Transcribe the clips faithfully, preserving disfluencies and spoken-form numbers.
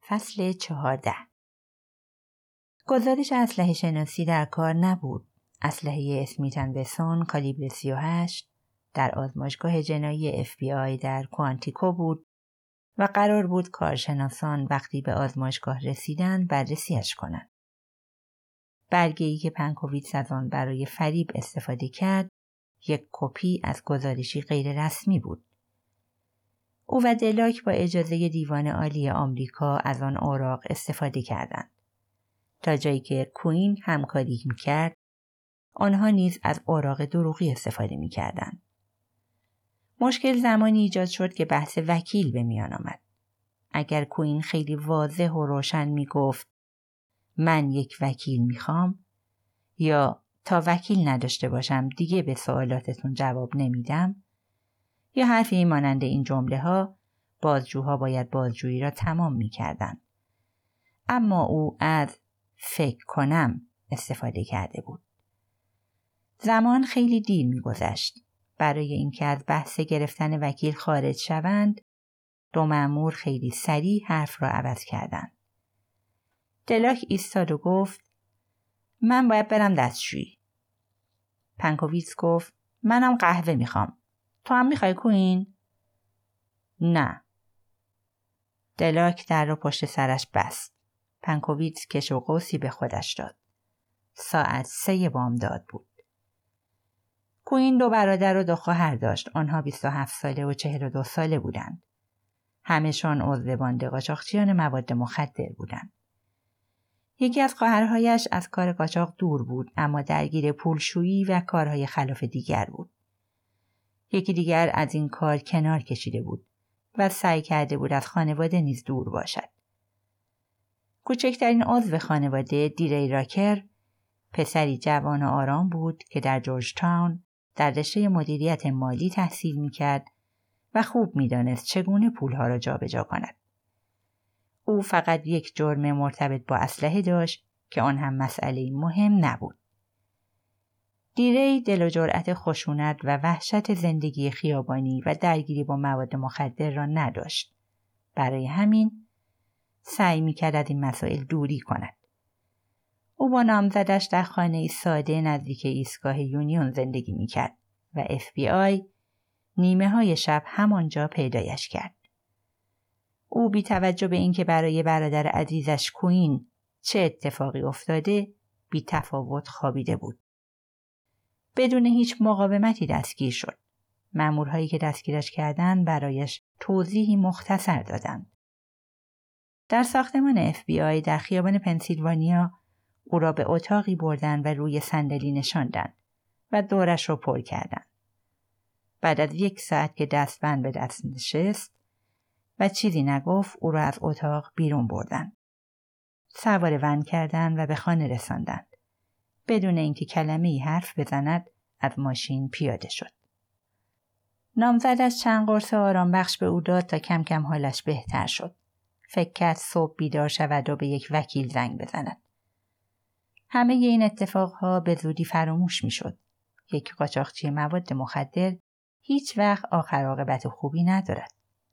فصل چهارده. گزارش اسلحه شناسی در کار نبود. اسلحه اسمیت اند وسون کالیبر سی و هشت در آزمایشگاه جنایی اف بی آی در کوانتیکو بود و قرار بود کارشناسان وقتی به آزمایشگاه رسیدن بررسیش کنند. برگه‌ای که پنکوویتس از آن برای فریب استفاده کرد، یک کپی از گزارشی غیر رسمی بود. او و دلاک با اجازه دیوان عالی آمریکا از آن اوراق استفاده کردند. تا جایی که کوین همکاری می‌کرد، آنها نیز از اوراق دروغی استفاده می‌کردند. مشکل زمانی ایجاد شد که بحث وکیل به میان آمد. اگر کوین خیلی واضح و روشن می‌گفت من یک وکیل می‌خوام یا تا وکیل نداشته باشم دیگه به سوالاتتون جواب نمیدم، یا حرفی مانند این جمله ها، بازجوها باید بازجویی را تمام می کردن. اما او از فکر کنم استفاده کرده بود. زمان خیلی دیر می گذشت. برای اینکه از بحث گرفتن وکیل خارج شوند، دو مأمور خیلی سریع حرف را عوض کردند. دلاک ایستاد و گفت من باید برم دستشویی. پنکوویتس گفت منم قهوه می خوام. تو هم میخوای کوین؟ نه. دلاک در را پشت سرش بست. پنکوویتس کش و قوسی به خودش داد. ساعت سه بامداد بود. کوین دو برادر و دو خواهر داشت. آنها بیست و هفت ساله و چهل و دو ساله بودند. همه‌شان عضو باند قاچاقچیان مواد مخدر بودند. یکی از خواهرهایش از کار قاچاق دور بود، اما درگیر پولشویی و کارهای خلاف دیگر بود. یکی دیگر از این کار کنار کشیده بود و سعی کرده بود از خانواده نیز دور باشد. کوچکترین عضو خانواده دیری راکر پسری جوان و آرام بود که در جورج تاون در رشته مدیریت مالی تحصیل می‌کرد و خوب می‌دانست چگونه پولها را جابجا کند. او فقط یک جرم مرتبط با اسلحه داشت که آن هم مسئله مهم نبود. دیری دل و جرأت خشونت و وحشت زندگی خیابانی و درگیری با مواد مخدر را نداشت. برای همین سعی می‌کرد از این مسائل دوری کند. او با نامزدش در خانه‌ای ساده نزدیک ایستگاه یونیون زندگی می‌کرد و اف بی آی نیمه های شب همانجا پیدایش کرد. او بی توجه به اینکه برای برادر عزیزش کوین چه اتفاقی افتاده، بی تفاوت خوابیده بود. بدون هیچ مقاومتی دستگیر شد. مامورهایی که دستگیرش کردند برایش توضیحی مختصر دادند. در ساختمان اف بی آی در خیابان پنسیلوانیا او را به اتاقی بردند و روی صندلی نشاندند و دورش را پر کردند. بعد از یک ساعت که دستبند به دست نشست و چیزی نگفت، او را از اتاق بیرون بردند. سوار ون کردند و به خانه رساندند. بدون اینکه کلمه‌ای حرف بزند از ماشین پیاده شد. نامزدش چند قرص آرام بخش به او داد تا کم کم حالش بهتر شد. فکر کرد صبح بیدار شود و به یک وکیل زنگ بزند. همه این اتفاقها به زودی فراموش می شد. یک قاچاقچی مواد مخدر هیچ وقت آخر عاقبت خوبی ندارد.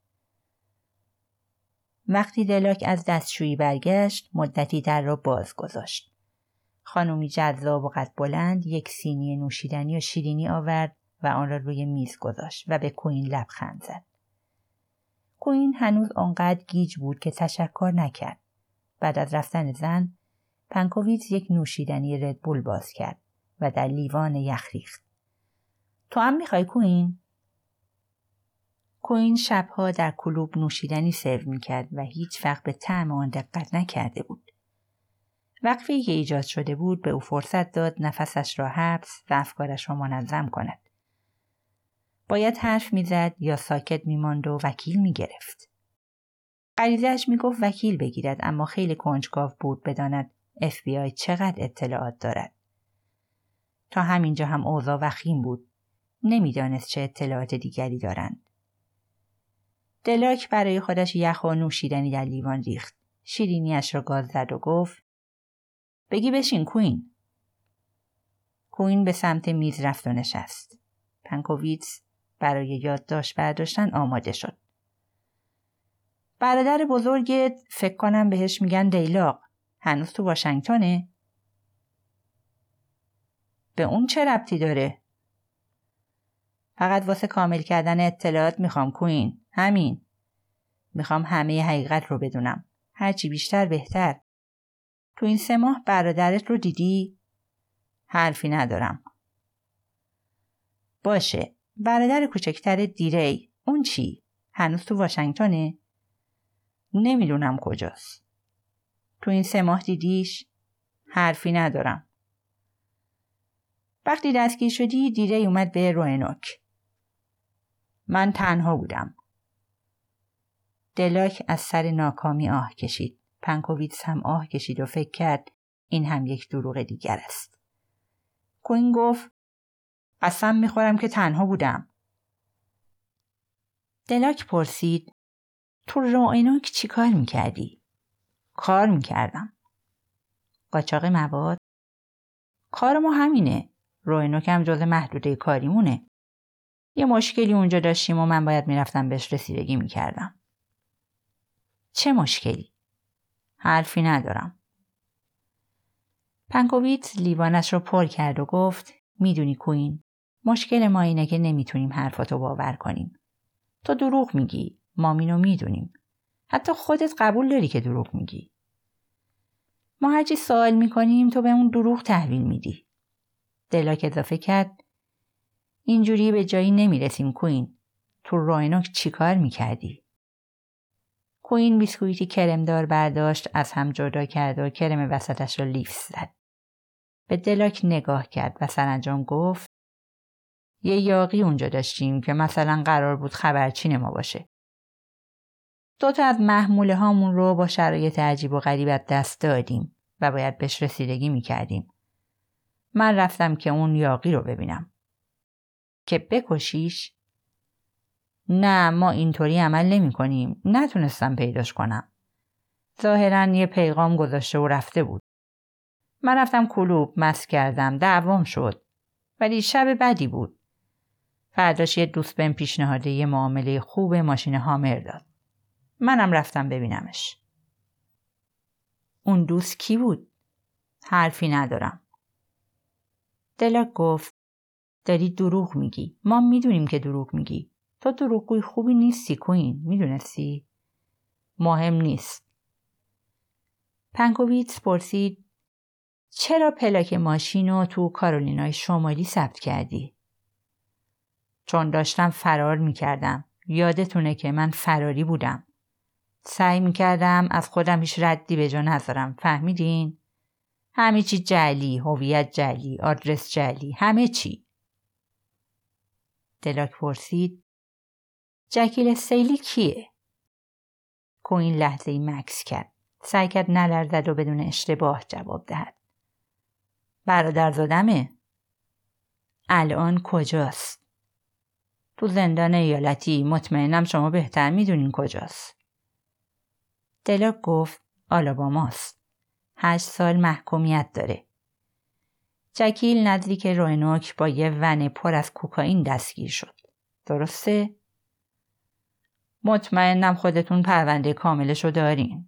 وقتی دلاک از دستشویی برگشت، مدتی در را باز گذاشت. خانومی جذاب و قد بلند یک سینی نوشیدنی و شیرینی آورد و آن را روی میز گذاشت و به کوین لبخند زد. کوین هنوز آنقدر گیج بود که تشکر نکرد. بعد از رفتن زن، پنکوویتس یک نوشیدنی ردبول باز کرد و در لیوان یخ ریخت. تو هم میخوای کوین؟ کوین شبها در کلوب نوشیدنی سرو میکرد و هیچ وقت به طعم آن دقت نکرده بود. وقفه‌ای که ایجاد شده بود به او فرصت داد نفسش را حبس و افکارش را منظم کند. باید حرف میزد یا ساکت میماند و وکیل میگرفت. غریزه‌اش میگفت وکیل بگیرد، اما خیلی کنجکاو بود بداند اف بی آی چقدر اطلاعات دارد. تا همینجا هم اوضاع وخیم بود. نمیدانست چه اطلاعات دیگری دارند. دلاک برای خودش یخ و نوشیدنی در لیوان ریخت. شیرینیش را گاز زد و گفت بگی بشین کوین. کوین به سمت میز رفت و نشست. پنکوویتس برای یادداشت برداشتن آماده شد. برادر بزرگت فکر کنم بهش میگن دیلاق. هنوز تو واشنگتنه؟ به اون چه ربطی داره؟ فقط واسه کامل کردن اطلاعات میخوام کوین. همین. میخوام همه حقیقت رو بدونم. هرچی بیشتر بهتر. تو این سه ماه برادرت رو دیدی؟ حرفی ندارم. باشه. برادر کوچکتر دیری. اون چی؟ هنوز تو واشنگتنه؟ نمیدونم کجاست. تو این سه ماه دیدیش؟ حرفی ندارم. وقتی دستگیر شدی دیری اومد به روئنوک. من تنها بودم. دلاک از سر ناکامی آه کشید. پنکوویتس هم آه کشید و فکر کرد این هم یک دروغ دیگر است. کوین گفت قسم میخورم که تنها بودم. دلاک پرسید تو روئنوک چی کار میکردی؟ کار میکردم. قاچاق مواد؟ کار ما همینه. روئنوک هم جز محدوده کاریمونه. یه مشکلی اونجا داشتیم و من باید میرفتم بهش رسیدگی میکردم. چه مشکلی؟ حرفی ندارم. پنکوویتس لیوانش رو پر کرد و گفت میدونی کوین، مشکل ما اینه که نمیتونیم حرفاتو باور کنیم. تو دروغ میگی. ما اینو میدونیم. حتی خودت قبول داری که دروغ میگی. ما هرچی سوال میکنیم تو به اون دروغ تحویل میدی. دلاک اضافه کرد اینجوری به جایی نمیرسیم کوین. تو روئنوک چی کار میکردی؟ کوین بیسکویتی کرمدار برداشت، از هم جدا کرد و کرم وسطش را لیف زد. به دلاک نگاه کرد و سرانجام گفت یه یاغی اونجا داشتیم که مثلا قرار بود خبرچین ما باشه. دوتا از محموله هامون رو با شرایط عجیب و غریبت دست دادیم و باید بهش رسیدگی میکردیم. من رفتم که اون یاغی رو ببینم. که بکشیش؟ نه، ما اینطوری عمل نمی کنیم. نتونستم پیداش کنم. ظاهراً یه پیغام گذاشته و رفته بود. من رفتم کلوب، مست کردم، دعوام شد. ولی شب بدی بود. فرداش یه دوست بهم پیشنهاد یه معامله خوب ماشین هامر داد. منم رفتم ببینمش. اون دوست کی بود؟ حرفی ندارم. دلاک گفت داری دروغ میگی. ما میدونیم که دروغ میگی. تو دروغگوی خوبی نیستی کوین. میدونستی؟ مهم نیست. پنکوویتس پرسید چرا پلاک ماشینو تو کارولینای شمالی ثبت کردی؟ چون داشتم فرار میکردم. یادتونه که من فراری بودم. سعی میکردم از خودم هیچ ردی به جا نذارم. فهمیدین؟ همه چی جعلی، هویت جعلی، آدرس جعلی، همه چی. دلاک پرسید جکیل استیلی کیه؟ کوین لحظه ای مکث کرد. سعی کرد نلرزد و بدون اشتباه جواب دهد. برادرزادمه. الان کجاست؟ تو زندان ایالتی. مطمئنم شما بهتر میدونین کجاست. دلاک گفت آلاباماست. هشت سال محکومیت داره. جکیل نزدیک روئنوک با یه ون پر از کوکائین دستگیر شد. درسته؟ مطمئنم خودتون پرونده کاملشو دارین.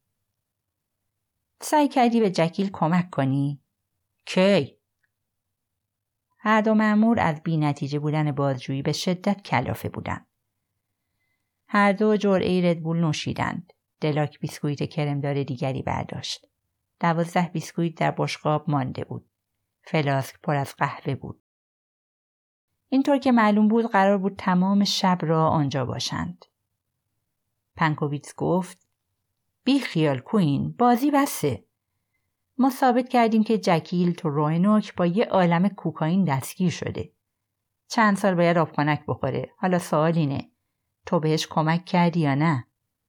سعی کردی به جکیل کمک کنی؟ کی؟ هر دو مأمور از بی نتیجه بودن بازجویی به شدت کلافه بودند. هر دو جرعه ردبول نوشیدند. دلاک بیسکویت کرمدار دیگری برداشت. دوازده بیسکویت در بشقاب مانده بود. فلاسک پر از قهوه بود. اینطور که معلوم بود قرار بود تمام شب را آنجا باشند. پنکوویتس گفت بی خیال کوین، بازی بسه. ما ثابت کردیم که جکیل تو روئنوک با یه عالم کوکائین دستگیر شده. چند سال باید آبخنک بخوره. حالا سوال اینه تو بهش کمک کردی یا نه؟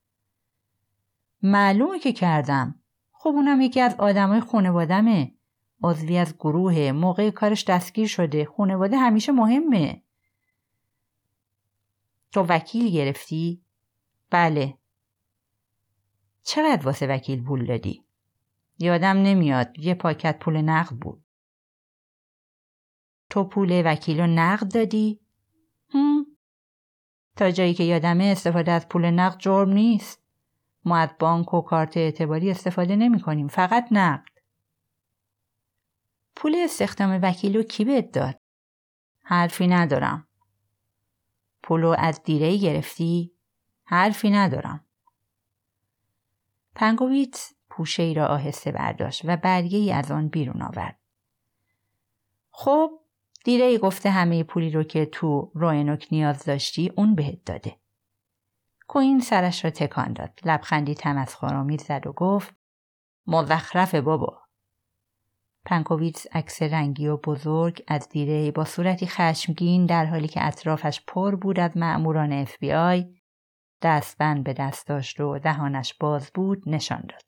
معلومه که کردم. خب اونم یکی از آدمای خانوادمه. عضوی از گروه. موقع کارش دستگیر شده. خانواده همیشه مهمه. تو وکیل گرفتی؟ بله. چقدر واسه وکیل پول دادی؟ یادم نمیاد. یه پاکت پول نقد بود. تو پول وکیل رو نقد دادی؟ هم؟ تا جایی که یادمه استفاده از پول نقد جرم نیست. ما از بانک و کارت اعتباری استفاده نمی کنیم، فقط نقد. پول استخدام وکیل رو کی بهت داد؟ حرفی ندارم. پولو از دیره‌ای گرفتی؟ حرفی ندارم. پنکوویتز پوشه ای را آهسته برداشت و برگه ای از آن بیرون آورد. خب دیره‌ای گفته همه پولی رو که تو روینوک نیاز داشتی اون بهت داده. کوئین سرش را تکان داد. لبخندی تمسخرآمیز زد و گفت مزخرفه بابا. پنکوویتز عکس رنگی و بزرگ از دیره‌ای با صورتی خشمگین در حالی که اطرافش پر بود از مأموران اف بی آی دستبند به دست داشت و دهانش باز بود نشان داد.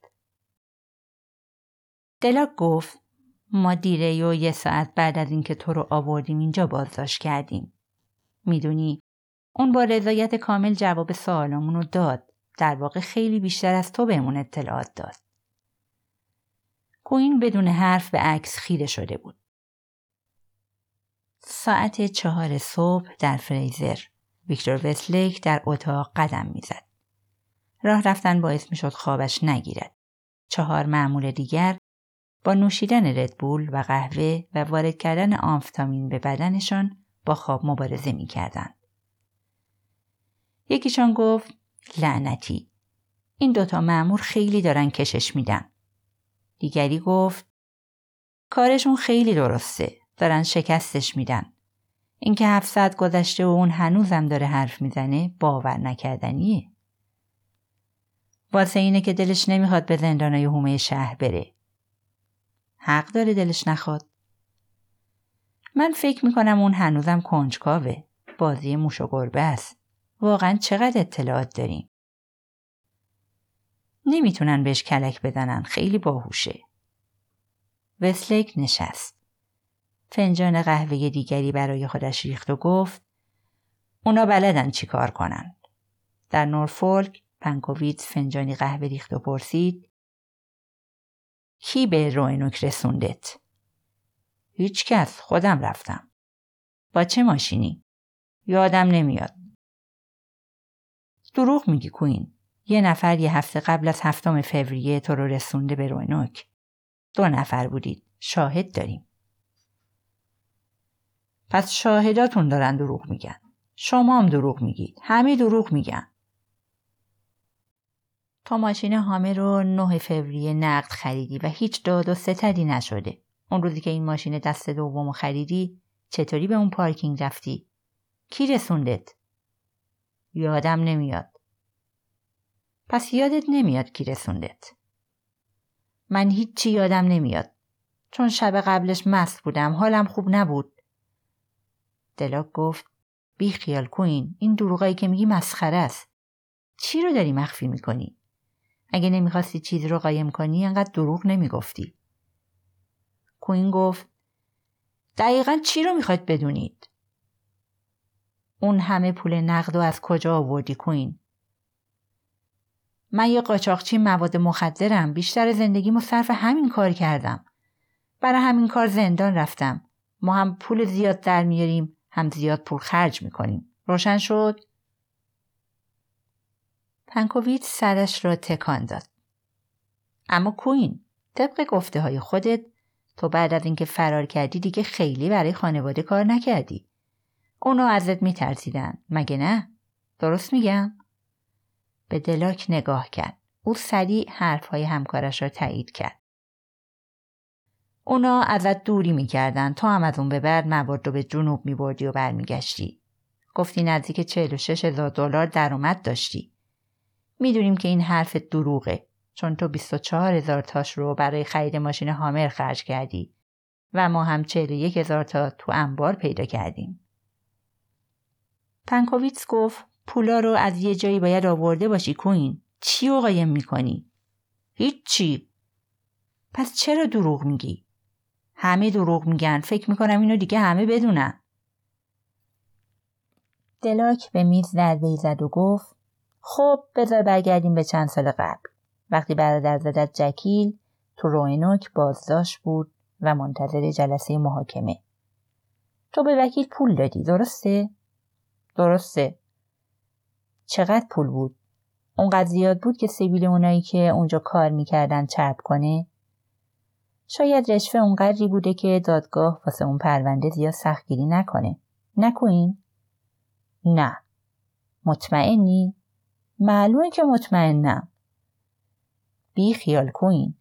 دلاک گفت ما دیره‌ای و یه ساعت بعد از اینکه تو رو آوردیم اینجا بازداشت کردیم. میدونی اون با رضایت کامل جواب سوالامون رو داد. در واقع خیلی بیشتر از تو بهمون اطلاعات داد. کوئین بدون حرف به عکس خیره شده بود. ساعت چهار صبح در فریزر ویکتور وستلیک در اتاق قدم میزد. راه رفتن باعث میشد خوابش نگیرد. چهار مأمور دیگر با نوشیدن ردبول و قهوه و وارد کردن آمفتامین به بدنشان با خواب مبارزه میکردند. یکیشان گفت لعنتی، این دوتا مأمور خیلی دارن کشش میدن. دیگری گفت کارشون خیلی درسته، دارن شکستش میدن. اینکه هفت ساعت گذشته و اون هنوزم داره حرف میزنه باور نکردنیه. واسه اینه که دلش نمیخواد به زندانای حومه شهر بره. حق داره دلش نخواد. من فکر میکنم اون هنوزم کنجکاوه. بازی موش و گربه است. واقعا چقدر اطلاعات داریم؟ نمیتونن بهش کلک بزنن، خیلی باهوشه. وستلیک نشست. فنجان قهوه دیگری برای خودش ریخت و گفت اونا بلدن چی کار کنن. در نورفولک پنکوویتز فنجانی قهوه ریخت و پرسید کی به روینوک رسوندت؟ هیچ کس، خودم رفتم. با چه ماشینی؟ یادم نمیاد. دروغ میگی کوئین. یه نفر یه هفته قبل از هفتم فوریه تو رو رسونده به روینوک. دو نفر بودید. شاهد داریم. پس شاهداتون دارن دروغ میگن. شما هم دروغ میگید. همه دروغ میگن. تا ماشین هامر رو نه فوریه نقد خریدی و هیچ داد و ستدی نشده. اون روزی که این ماشین دست دومو خریدی چطوری به اون پارکینگ رفتی؟ کی رسوندت؟ یادم نمیاد. پس یادت نمیاد کی رسوندت؟ من هیچی یادم نمیاد. چون شب قبلش مست بودم، حالم خوب نبود. دلاک گفت بی خیال کوئین، این دروغایی که میگی مسخره است. چی رو داری مخفی میکنی؟ اگه نمیخواستی چیز رو قایم کنی انقدر دروغ نمیگفتی. کوئین گفت دقیقاً چی رو میخواید بدونید؟ اون همه پول نقد و از کجا آوردی کوئین؟ من یه قاچاقچی مواد مخدرم. بیشتر زندگیمو صرف همین کار کردم. برای همین کار زندان رفتم. ما هم پول زیاد در میاریم، هم زیاد پول خرج میکنیم. روشن شد؟ پنکوویتز سرش را تکان داد. اما کوئین، طبق گفته های خودت تو بعد از اینکه فرار کردی دیگه خیلی برای خانواده کار نکردی. اونا ازت میترسیدن، مگه نه؟ درست میگم؟ به دلاک نگاه کرد. او سریع حرفهای همکارش را تایید کرد. اونا ازت دوری میکردن. تو هم از اون به بعد مواد رو به جنوب میبردی و برمیگشتی. گفتی نزدیک چهل و شش هزار دلار درآمد داشتی. میدونیم که این حرف دروغه، چون تو بیست و چهار هزار تاش رو برای خرید ماشین هامر خرج کردی و ما هم چهل و یک هزار تا تو انبار پیدا کردیم. پنکوویتز گفت پولا رو از یه جایی باید آورده باشی کوئین. چی رو قایم میکنی؟ هیچی. پس چرا دروغ میگی؟ همه دروغ میگن. فکر میکنم اینو دیگه همه بدونن. دلاک به میز ضربه‌ای زد و گفت خب بذار برگردیم به چند سال قبل، وقتی برادرزادت جکیل تو روینوک بازداشت بود و منتظر جلسه محاکمه. تو به وکیل پول دادی، درسته؟ درسته. چقدر پول بود؟ اونقدر زیاد بود که سبیل اونایی که اونجا کار میکردن چرب کنه. شاید رشوه اونقدری بوده که دادگاه واسه اون پرونده زیاد سختگیری نکنه. نکنین؟ نه. مطمئنی؟ معلومه که مطمئنم. بی خیال کوین.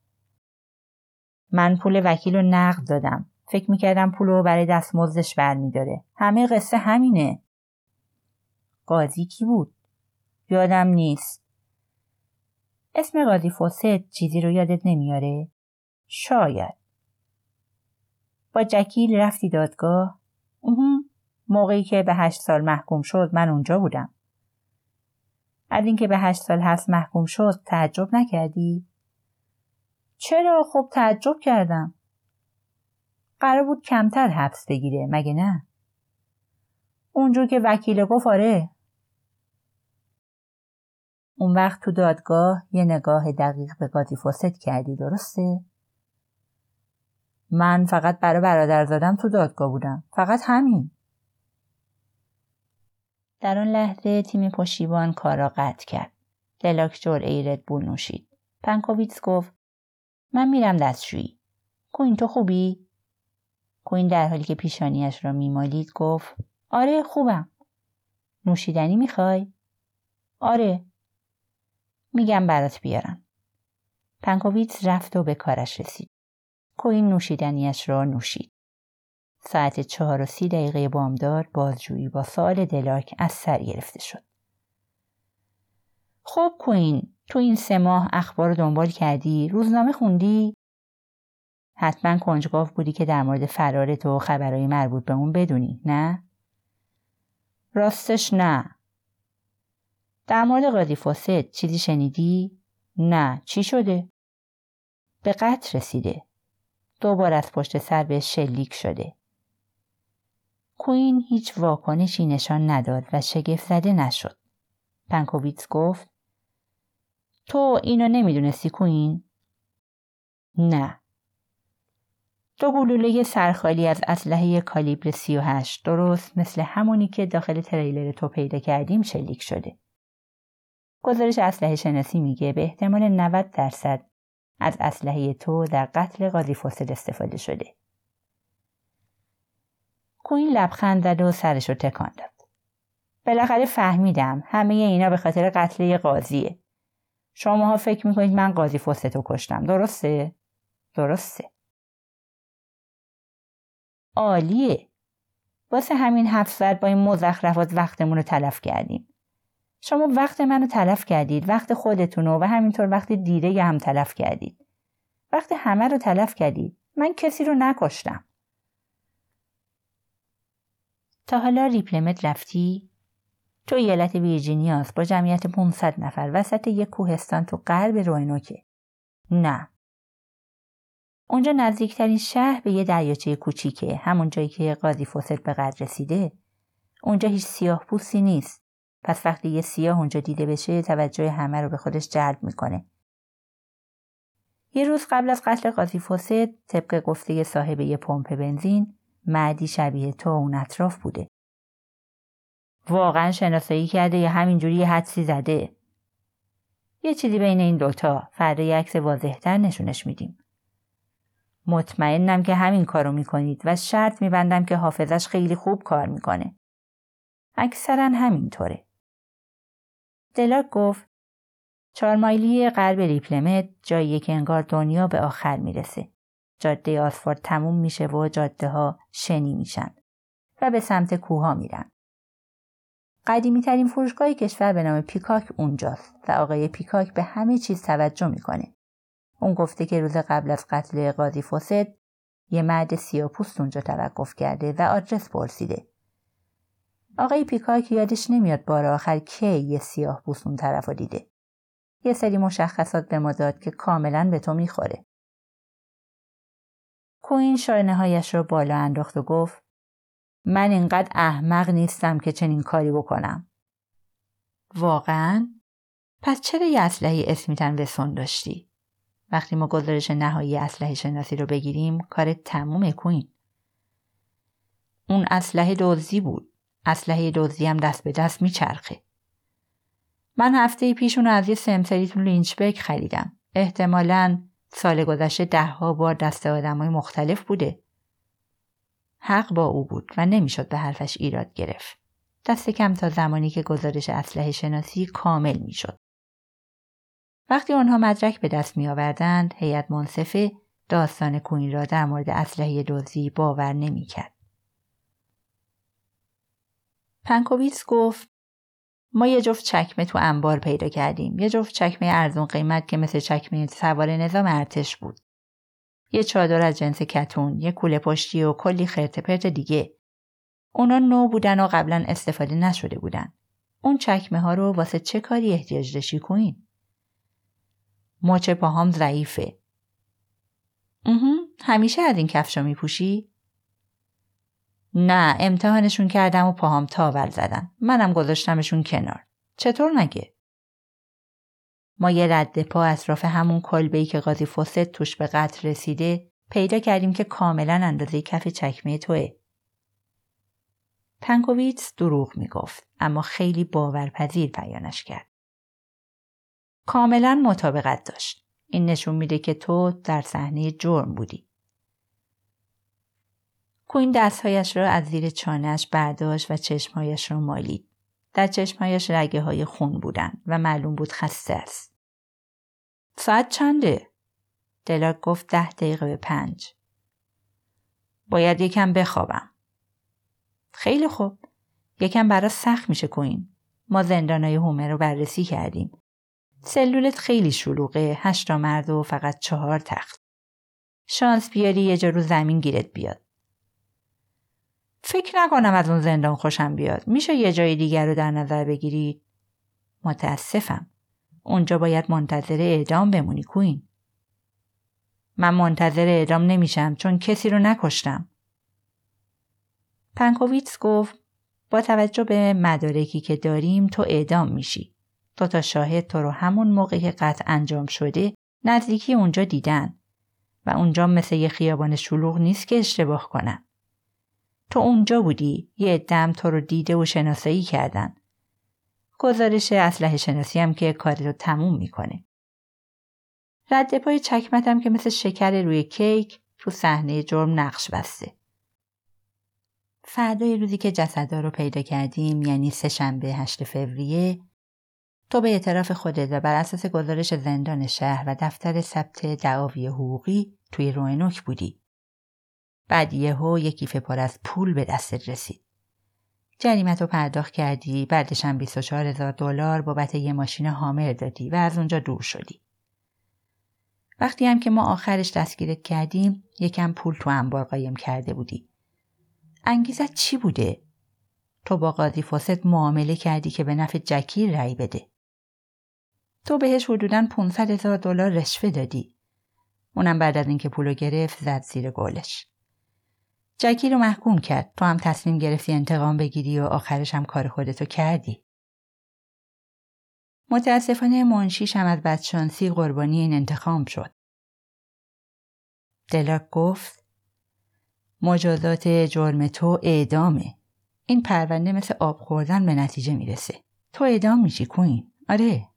من پول وکیل رو نقد دادم. فکر میکردم پول رو برای دستمزدش برمیداره. همه قصه همینه. قاضی کی بود؟ یادم نیست. اسم قاضی فوست چیزی رو یادت نمیاره؟ شاید. با جکیل رفتی دادگاه؟ اهم. موقعی که به هشت سال محکوم شد من اونجا بودم. از اینکه به هشت سال حبس محکوم شد تعجب نکردی؟ چرا؟ خب تعجب کردم. قرار بود کمتر حبس بگیره مگه نه؟ اونجور که وکیل گفت آره. اون وقت تو دادگاه یه نگاه دقیق به قاضی فوست کردی درسته؟ من فقط برای برادرزادم تو دادگاه بودم. فقط همین. در آن لحظه تیم پشتیبان کارا قطع کرد. دلاک جرعه‌ای ردبول نوشید. پنکوویتس گفت من میرم دستشویی. کوین تو خوبی؟ کوین در حالی که پیشانیش را میمالید گفت آره خوبم. نوشیدنی میخوای؟ آره. میگم برات بیارم. پنکوویتس رفت و به کارش رسید. کوین نوشیدنیش را نوشید. ساعت چهار و سی دقیقه بامداد بازجویی با سوال دلاک از سر گرفته شد. خب کوین، تو این سه ماه اخبار رو دنبال کردی؟ روزنامه خوندی؟ حتما کنجکاو بودی که در مورد فرار تو خبرهای مربوط به اون بدونی، نه؟ راستش نه. در مورد قاضی فوست چیزی شنیدی؟ نه، چی شده؟ به قتل رسیده. دوبار از پشت سر به شلیک شده. کوین هیچ واکنشی نشان نداد و شگفت زده نشد. پنکوویتس گفت تو اینو نمیدونستی کوین؟ نه. دو گلوله سرخالی از اسلحه کالیبر سی و هشت درست مثل همونی که داخل تریلر تو پیدا کردیم شلیک شده. گزارش اسلحه شناسی میگه به احتمال نود درصد از اسلحه تو در قتل قاضی فوست استفاده شده. کوین لبخند زد و سرشو تکان داد. بالاخره فهمیدم همه اینا به خاطر قتل یه قاضیه. شماها فکر میکنید من قاضی فوستو کشتم، درسته؟ درسته. عالیه. واسه همین هفت ساعت با این مزخرفات وقتمون رو تلف کردیم. شما وقت منو تلف کردید، وقت خودتونو و همینطور وقت دیده هم تلف کردید. وقت همه رو تلف کردید. من کسی رو نکشتم. تا حالا ریپلمت رفتی؟ تو ایالت ویرجینیاست با جمعیت پانصد نفر وسط یک کوهستان تو غرب روینوکه. نه. اونجا نزدیکترین شهر به یه دریاچه کوچیکه، همون جایی که قاضی فوست به قتل رسیده. اونجا هیچ سیاه پوستی نیست. پس وقتی یه سیاه اونجا دیده بشه توجه همه رو به خودش جلب میکنه. یه روز قبل از قتل قاضی فوست طبق گفته صاحب یه پمپ بنزین مردی شبیه تو اون اطراف بوده. واقعا شناسایی کرده یا همینجوری یه حدسی زده؟ یه چیزی بین این دوتا. فردا یه عکس واضح‌تر نشونش میدیم. مطمئنم که همین کارو میکنید و شرط میبندم که حافظش خیلی خوب کار میکنه. اکثرا همینطوره. دلاک گفت چهار مایلی غرب ریپلمت جاییه که انگار دنیا به آخر میرسه. جاده آسفالت تموم میشه و جاده ها شنی میشن و به سمت کوها میرن. قدیمی ترین فروشگاه کشور به نام پیکاک اونجاست و آقای پیکاک به همه چیز توجه میکنه. اون گفته که روز قبل از قتل قاضی فوست یه مرد سیاه‌پوست اونجا توقف کرده و آدرس پرسیده. آقای پیکاک یادش نمیاد بار آخر کی یه سیاه‌پوست اون طرفو دیده. یه سری مشخصات به ما داد که کاملا به تو میخوره. کوین شانه‌هایش رو بالا انداخت و گفت من اینقدر احمق نیستم که چنین کاری بکنم. واقعاً؟ پس چرا یه اسلحه اسمیتن وسون داشتی؟ وقتی ما گزارش نهایی اسلحه شناسی رو بگیریم کارت تمومه کوین. اون اسلحه دزدی بود. اسلحه دزدی هم دست به دست میچرخه. من هفته پیش اونو از یه سمسری تو لینچبرگ خریدم. احتمالاً سال گذشته ده ها بار دست آدمای مختلف بوده. حق با او بود و نمیشد به حرفش ایراد گرفت. دست کم تا زمانی که گزارش اسلحه شناسی کامل میشد. وقتی آنها مدرک به دست می آوردند، هیئت منصفه داستان کوین را در مورد اسلحه دزدی باور نمی کرد. پنکوویتس گفت ما یه جفت چکمه تو انبار پیدا کردیم. یه جفت چکمه ارزون قیمت که مثل چکمه سوار نظام ارتش بود. یه چادر از جنس کتون، یه کوله پشتی و کلی خرت پرت دیگه. اونا نو بودن و قبلا استفاده نشده بودن. اون چکمه ها رو واسه چه کاری احتیاج داشتی کوین؟ مچ پاهام ضعیفه. اهم، همیشه از این کفشا میپوشی؟ نه، امتحانشون کردم و پاهام تاول زدن. منم گذاشتمشون کنار. چطور نگه؟ ما یه رد پا اطراف همون کلبه‌ای که قاضی فوست توش به قتل رسیده پیدا کردیم که کاملا اندازه کف چکمه توئه. پنکوویتس دروغ میگفت، اما خیلی باورپذیر بیانش کرد. کاملا مطابقت داشت. این نشون میده که تو در صحنه جرم بودی. کوین دستهایش را از زیر چانه‌اش برداشت و چشمهایش را مالید. در چشمهایش رگه های خون بودن و معلوم بود خسته است. ساعت چنده؟ دلاک گفت ده دقیقه به پنج. باید یکم بخوابم. خیلی خوب. یکم برای سخت میشه کوین. ما زندانای هومر رو بررسی کردیم. سلولت خیلی شلوغه، هشتا مرد و فقط چهار تخت. شانس بیاری یه جا رو زمین گیرت بیاد. فکر نکنم از اون زندان خوشم بیاد. میشه یه جای دیگر رو در نظر بگیرید؟ متاسفم. اونجا باید منتظر اعدام بمونی کوین. من منتظر اعدام نمیشم چون کسی رو نکشتم. پنکوویتس گفت با توجه به مدارکی که داریم تو اعدام میشی. دو تا شاهد تو رو همون موقع که قتل انجام شده نزدیکی اونجا دیدن و اونجا مثل یه خیابان شلوغ نیست که اشتباه کنن. تو اونجا بودی، یه عده‌ام تو رو دیده و شناسایی کردن. گزارش اسلحه شناسی هم که کارتو تموم میکنه. رد پای چکمتم که مثل شکر روی کیک تو صحنه جرم نقش بسته. فردای روزی که جسدا رو پیدا کردیم، یعنی سه شنبه هشت فوریه، تو به اعتراف خودت و بر اساس گزارش زندان شهر و دفتر ثبت دعاوی حقوقی توی روئنوک بودی. بعد یهو یک کیف پر از پول به دستت رسید. جریمت رو پرداخت کردی، بعدش هم بیست و چهار هزار دلار بابت یه ماشین هامر دادی و از اونجا دور شدی. وقتی هم که ما آخرش دستگیرت کردیم، یکم پول تو انبار قایم کرده بودی. انگیزت چی بوده؟ تو با قاضی فوست معامله کردی که به نفع جکی رأی بده. تو بهش حدوداً پانصد هزار دلار رشوه دادی. اونم بعد از اینکه پولو گرفت زد زیر گلش. جکی رو محکوم کرد. تو هم تصمیم گرفتی انتقام بگیری و آخرش هم کار خودتو کردی. متاسفانه منشیش هم از بدشانسی قربانی این انتقام شد. دلاک گفت مجازات جرم تو اعدامه. این پرونده مثل آب خوردن به نتیجه میرسه. تو اعدام میشی کوین. آره.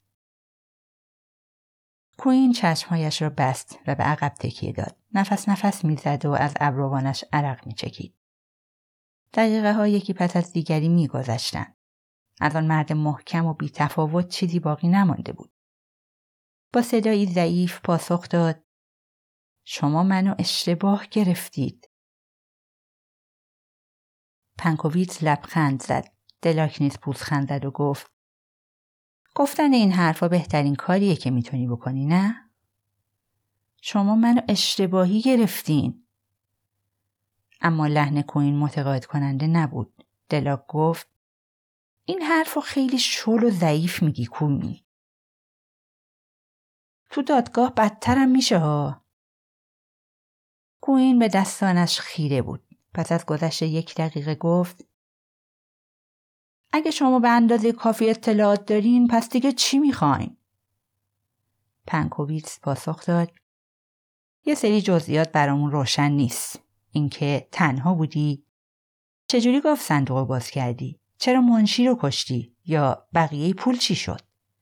کوین چشمهایش را بست و به عقب تکیه داد. نفس نفس میزد و از ابروانش عرق میچکید. دقیقه ها یکی پس از دیگری میگذشتند. از آن مرد محکم و بی تفاوت چیزی باقی نمانده بود. با صدایی ضعیف پاسخ داد شما منو اشتباه گرفتید. پنکوویتس لبخند زد. دلاک نیز پوزخند زد و گفت گفتن این حرفا بهترین کاریه که میتونی بکنی، نه؟ شما منو اشتباهی گرفتین. اما لحن کوین متقاعد کننده نبود. دلاک گفت این حرفو خیلی شل و ضعیف میگی کوین. تو دادگاه بدترم میشه ها. کوین به دستانش خیره بود. پس از گذشت یک دقیقه گفت اگه شما به اندازه کافی اطلاعات دارین پس دیگه چی میخواین؟ پنکوویتس پاسخ داد یه سری جزئیات برامون روشن نیست. اینکه تنها بودی؟ چجوری گفت صندوق باز کردی؟ چرا منشی رو کشتی؟ یا بقیه پول چی شد؟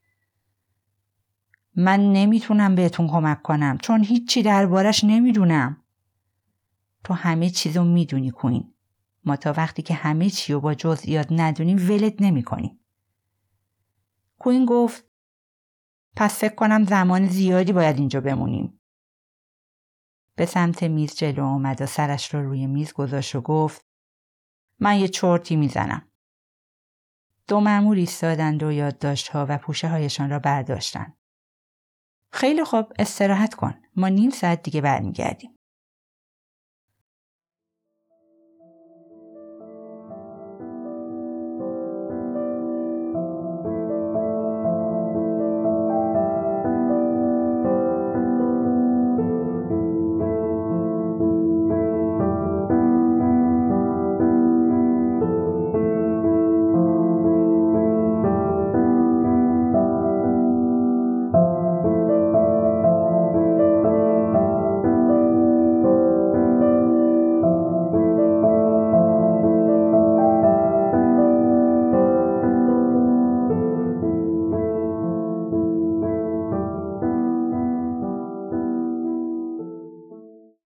من نمیتونم بهتون کمک کنم چون هیچی دربارش نمیدونم. تو همه چیزو میدونی کوین. ما تا وقتی که همه چی رو با جزئیات ندونیم ولت نمی کنیم. کوین گفت پس فکر کنم زمان زیادی باید اینجا بمونیم. به سمت میز جلو آمد و سرش رو روی میز گذاشت و گفت من یه چرتی میزنم. دو مأمور ایستادند و یادداشت‌ها و پوشه هایشان را برداشتند. خیلی خوب، استراحت کن. ما نیم ساعت دیگه برمیگردیم.